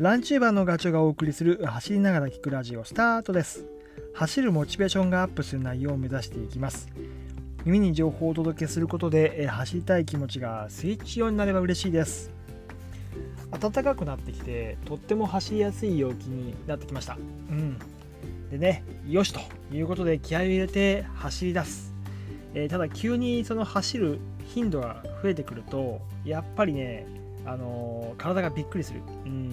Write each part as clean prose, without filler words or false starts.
ランチューバーのガチョがお送りする走りながら聞くラジオスタートです。走るモチベーションがアップする内容を目指していきます。耳に情報をお届けすることで走りたい気持ちがスイッチオンになれば嬉しいです。暖かくなってきてとっても走りやすい陽気になってきました。でね、よしということで気合を入れて走り出す。ただ急にその走る頻度が増えてくるとやっぱりね、体がびっくりする。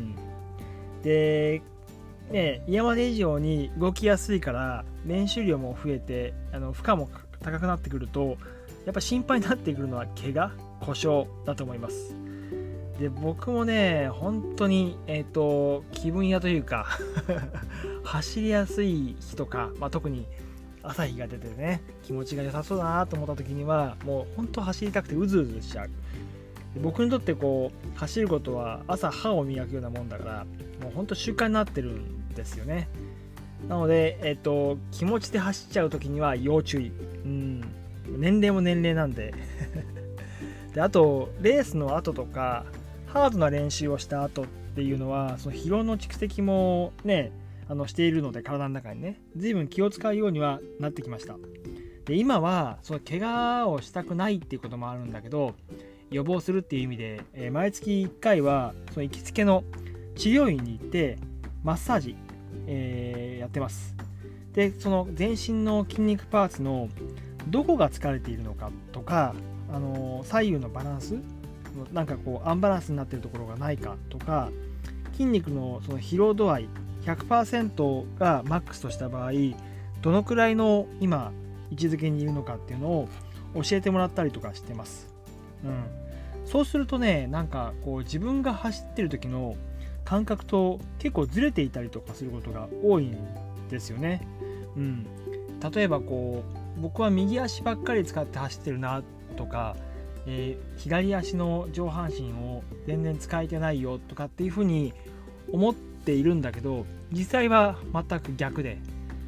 でね、今まで以上に動きやすいから練習量も増えて負荷も高くなってくるとやっぱ心配になってくるのは怪我、故障だと思います。で僕もね本当に気分屋というか走りやすい日とか、特に朝日が出てね気持ちが良さそうだなと思った時にはもう本当走りたくてうずうずしちゃう。で僕にとって走ることは朝歯を磨くようなもんだからもう本当習慣になってるんですよね。なので、気持ちで走っちゃう時には要注意。年齢も年齢なんでであとレースの後とかハードな練習をした後っていうのはその疲労の蓄積もねしているので体の中にね随分気を使うようにはなってきました。で今はその怪我をしたくないっていうこともあるんだけど予防するっていう意味で、毎月1回はその行きつけの治療院に行ってマッサージ、やってます。でその全身の筋肉パーツのどこが疲れているのかとか左右のバランスなんかアンバランスになっているところがないかとか筋肉のその疲労度合い 100% がマックスとした場合どのくらいの今位置づけにいるのかっていうのを教えてもらったりとかしてます。そうするとねなんか自分が走ってる時の感覚と結構ずれていたりとかすることが多いんですよね。例えば僕は右足ばっかり使って走ってるなとか、左足の上半身を全然使えてないよとかっていうふうに思っているんだけど実際は全く逆で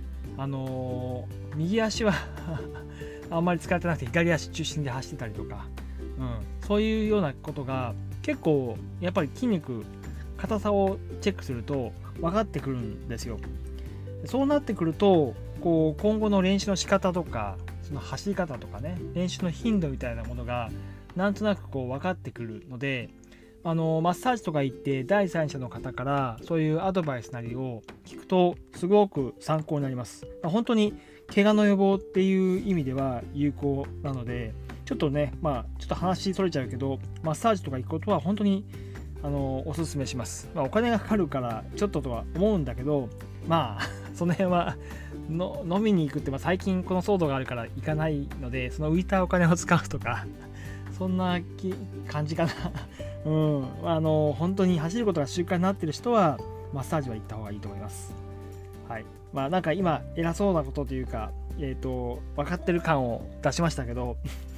右足はあんまり使ってなくて左足中心で走ってたりとか、そういうようなことが結構やっぱり筋肉硬さをチェックすると分かってくるんですよ。そうなってくると今後の練習の仕方とかその走り方とかね練習の頻度みたいなものがなんとなく分かってくるのでマッサージとか行って第三者の方からそういうアドバイスなりを聞くとすごく参考になります。本当に怪我の予防っていう意味では有効なのでちょっとねちょっと話それちゃうけどマッサージとか行くことは本当におすすめします。お金がかかるからちょっととは思うんだけどその辺は飲みに行くって最近この騒動があるから行かないのでその浮いたお金を使うとかそんな感じかな本当に走ることが習慣になっている人はマッサージは行った方がいいと思います。なんか今偉そうなことというか分かってる感を出しましたけど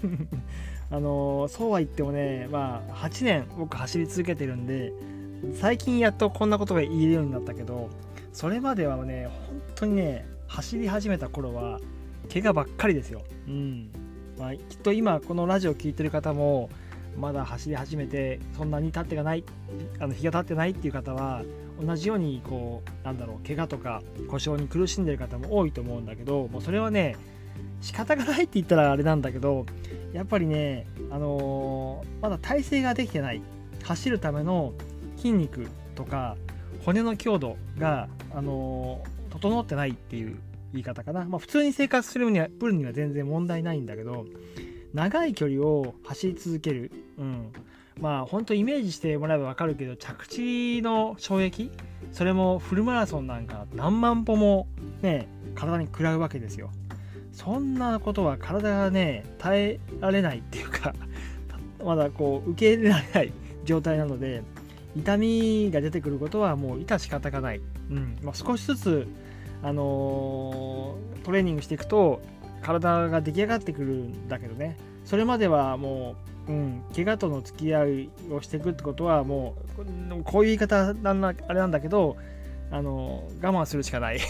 そうは言ってもね8年僕走り続けてるんで最近やっとこんなことが言えるようになったけどそれまではね本当にね走り始めた頃は怪我ばっかりですよ。きっと今このラジオ聞いてる方もまだ走り始めてそんなに日が経ってないっていう方は同じように怪我とか故障に苦しんでる方も多いと思うんだけどもうそれはね仕方がないって言ったらあれなんだけどやっぱりねまだ体勢ができてない走るための筋肉とか骨の強度が整ってないっていう言い方かな。普通に生活する分には全然問題ないんだけど長い距離を走り続ける本当イメージしてもらえば分かるけど着地の衝撃それもフルマラソンなんか何万歩もね体に食らうわけですよ。そんなことは体がね耐えられないっていうかまだ受け入れられない状態なので痛みが出てくることはもう致し方がない。少しずつトレーニングしていくと体が出来上がってくるんだけどねそれまではもう、怪我との付き合いをしていくってことはもうこういう言い方あれなんだけど我慢するしかない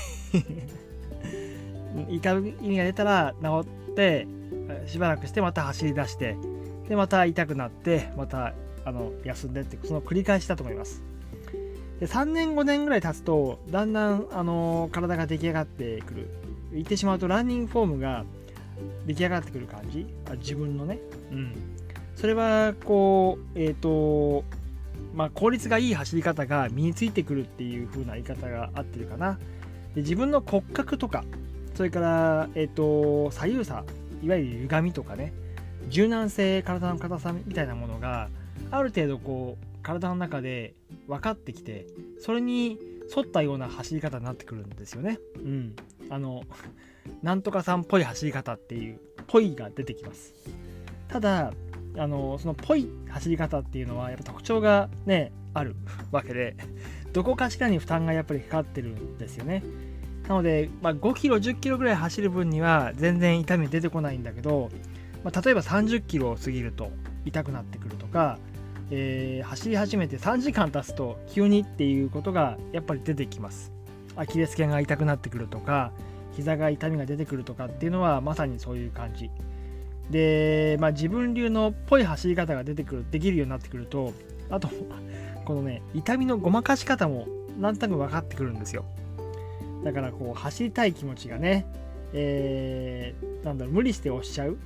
痛みが出たら治ってしばらくしてまた走り出してでまた痛くなってまた休んでってその繰り返しだと思います。 で3年5年ぐらい経つとだんだん、体が出来上がってくる。言ってしまうとランニングフォームが出来上がってくる感じ、自分のね、それはこう効率がいい走り方が身についてくるっていう風な言い方が合ってるかな。で自分の骨格とか、それから左右差、いわゆる歪みとかね、柔軟性、体の硬さみたいなものがある程度こう体の中で分かってきて、それに沿ったような走り方になってくるんですよね。なんとかさんっぽい走り方っていうぽいが出てきます。ただそのぽい走り方っていうのはやっぱ特徴がねあるわけで、どこかしらに負担がやっぱりかかってるんですよね。なので、5キロ10キロぐらい走る分には全然痛み出てこないんだけど、例えば30キロを過ぎると痛くなってくるとか、走り始めて3時間経つと急にっていうことがやっぱり出てきます。アキレス腱が痛くなってくるとか、膝が痛みが出てくるとかっていうのはまさにそういう感じで、自分流のっぽい走り方ができるようになってくると、あとこのね痛みのごまかし方もなんとなく分かってくるんですよ。だからこう走りたい気持ちがね、無理して押しちゃう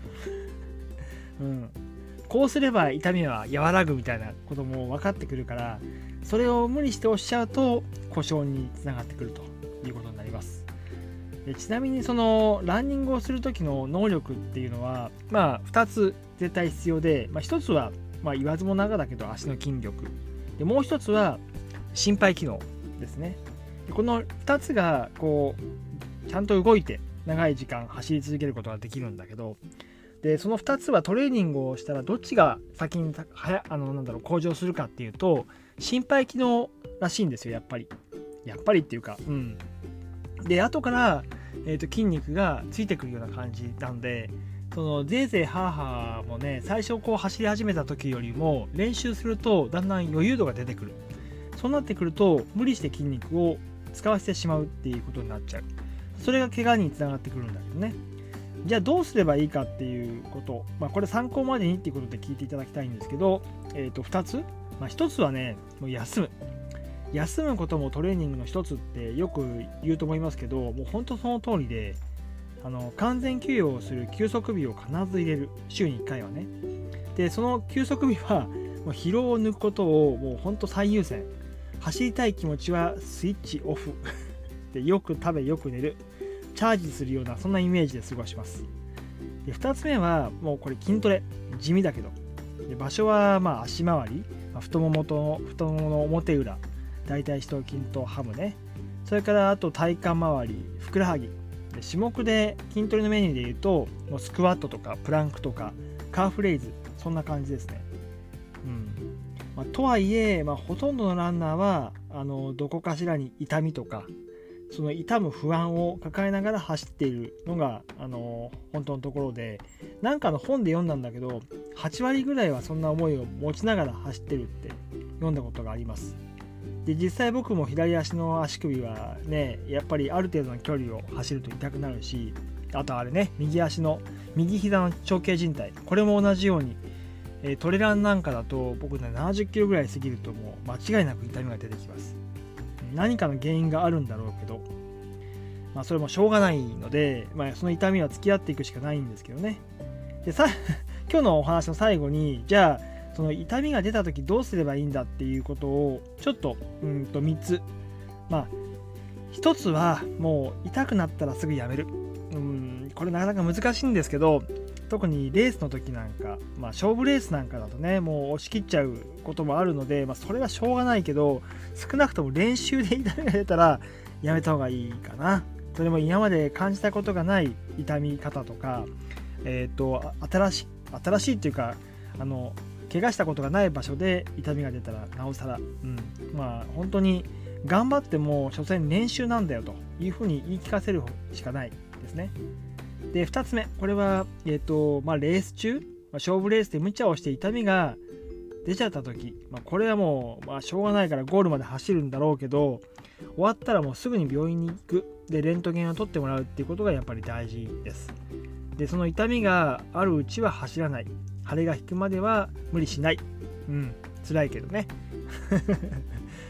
こうすれば痛みは和らぐみたいなことも分かってくるから、それを無理して押しちゃうと故障につながってくるということになります。でちなみにそのランニングをする時の能力っていうのは2つ絶対必要で、1つは言わずもがなだけど足の筋力で、もう1つは心肺機能ですね。でこの2つがこうちゃんと動いて長い時間走り続けることができるんだけど、でその2つはトレーニングをしたらどっちが先に向上するかっていうと、心肺機能らしいんですよ。やっぱりっていうか、で後から、筋肉がついてくるような感じなんで、そのぜいぜいハーハーもね、最初こう走り始めた時よりも練習するとだんだん余裕度が出てくる。そうなってくると無理して筋肉を使わせてしまうっていうことになっちゃう。それが怪我につながってくるんだけどね。じゃあどうすればいいかっていうこと、これ参考までにっていうことで聞いていただきたいんですけど、2つ、1つはね、もう休むこともトレーニングの一つってよく言うと思いますけど、もう本当その通りで、完全休養をする休息日を必ず入れる。週に1回はね。でその休息日はもう疲労を抜くことをもう本当最優先。走りたい気持ちはスイッチオフで、よく食べよく寝る、チャージするようなそんなイメージで過ごします。で2つ目はもうこれ筋トレ、地味だけど、で場所は足回り、太ももの表裏、大腿四頭筋とハムね、それからあと体幹周り、ふくらはぎで、種目で筋トレのメニューでいうともうスクワットとかプランクとかカーフレイズ、そんな感じですね。とはいえ、ほとんどのランナーはどこかしらに痛みとか、その痛む不安を抱えながら走っているのが本当のところで、なんかの本で読んだんだけど、8割ぐらいはそんな思いを持ちながら走ってるって読んだことがあります。で実際僕も左足の足首はね、やっぱりある程度の距離を走ると痛くなるし、あとあれね、右膝の長径靭帯、これも同じように、トレランなんかだと僕ね70キロぐらい過ぎるともう間違いなく痛みが出てきます。何かの原因があるんだろうけど、それもしょうがないので、その痛みは付き合っていくしかないんですけどね。で今日のお話の最後に、じゃあその痛みが出た時どうすればいいんだっていうことをちょっと3つ。1つはもう痛くなったらすぐやめる。これなかなか難しいんですけど、特にレースの時なんか、勝負レースなんかだとね、もう押し切っちゃうこともあるので、それはしょうがないけど、少なくとも練習で痛みが出たらやめた方がいいかな。それも今まで感じたことがない痛み方とか、新しいっていうか怪我したことがない場所で痛みが出たらなおさら、本当に頑張っても所詮練習なんだよというふうに言い聞かせるしかないですね。で2つ目、これは、レース中、勝負レースで無茶をして痛みが出ちゃった時、これはもう、しょうがないからゴールまで走るんだろうけど、終わったらもうすぐに病院に行く、でレントゲンを取ってもらうっていうことがやっぱり大事です。でその痛みがあるうちは走らない、腫れが引くまでは無理しない。辛いけどね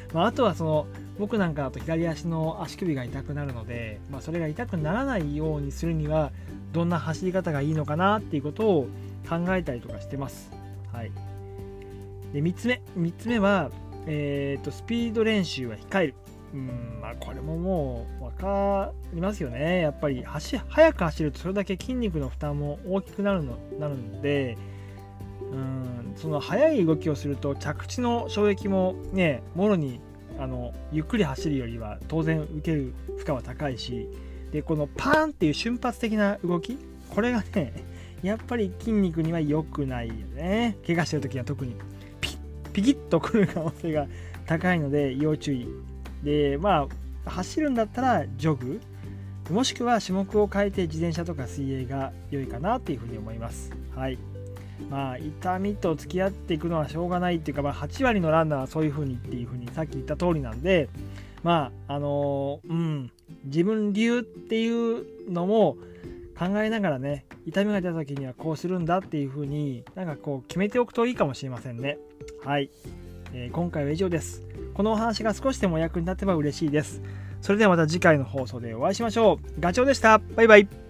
あとは僕なんかだと左足の足首が痛くなるので、それが痛くならないようにするにはどんな走り方がいいのかなっていうことを考えたりとかしてます。はい、で3つ目は、スピード練習は控える。これももう分かりますよね。やっぱり速く走るとそれだけ筋肉の負担も大きくなるので、その速い動きをすると着地の衝撃もね、もろにゆっくり走るよりは当然受ける負荷は高いし、でこのパーンっていう瞬発的な動き、これがねやっぱり筋肉には良くないよね。怪我してる時は特にピキッとくる可能性が高いので要注意で、走るんだったらジョグ、もしくは種目を変えて自転車とか水泳が良いかなっていうふうに思います。はい、痛みと付き合っていくのはしょうがないっていうか、8割のランナーはそういうふうにっていうふうにさっき言った通りなんで、自分流っていうのも考えながらね、痛みが出た時にはこうするんだっていうふうに決めておくといいかもしれませんね。はい、今回は以上です。このお話が少しでも役に立てば嬉しいです。それではまた次回の放送でお会いしましょう。ガチョウでした。バイバイ。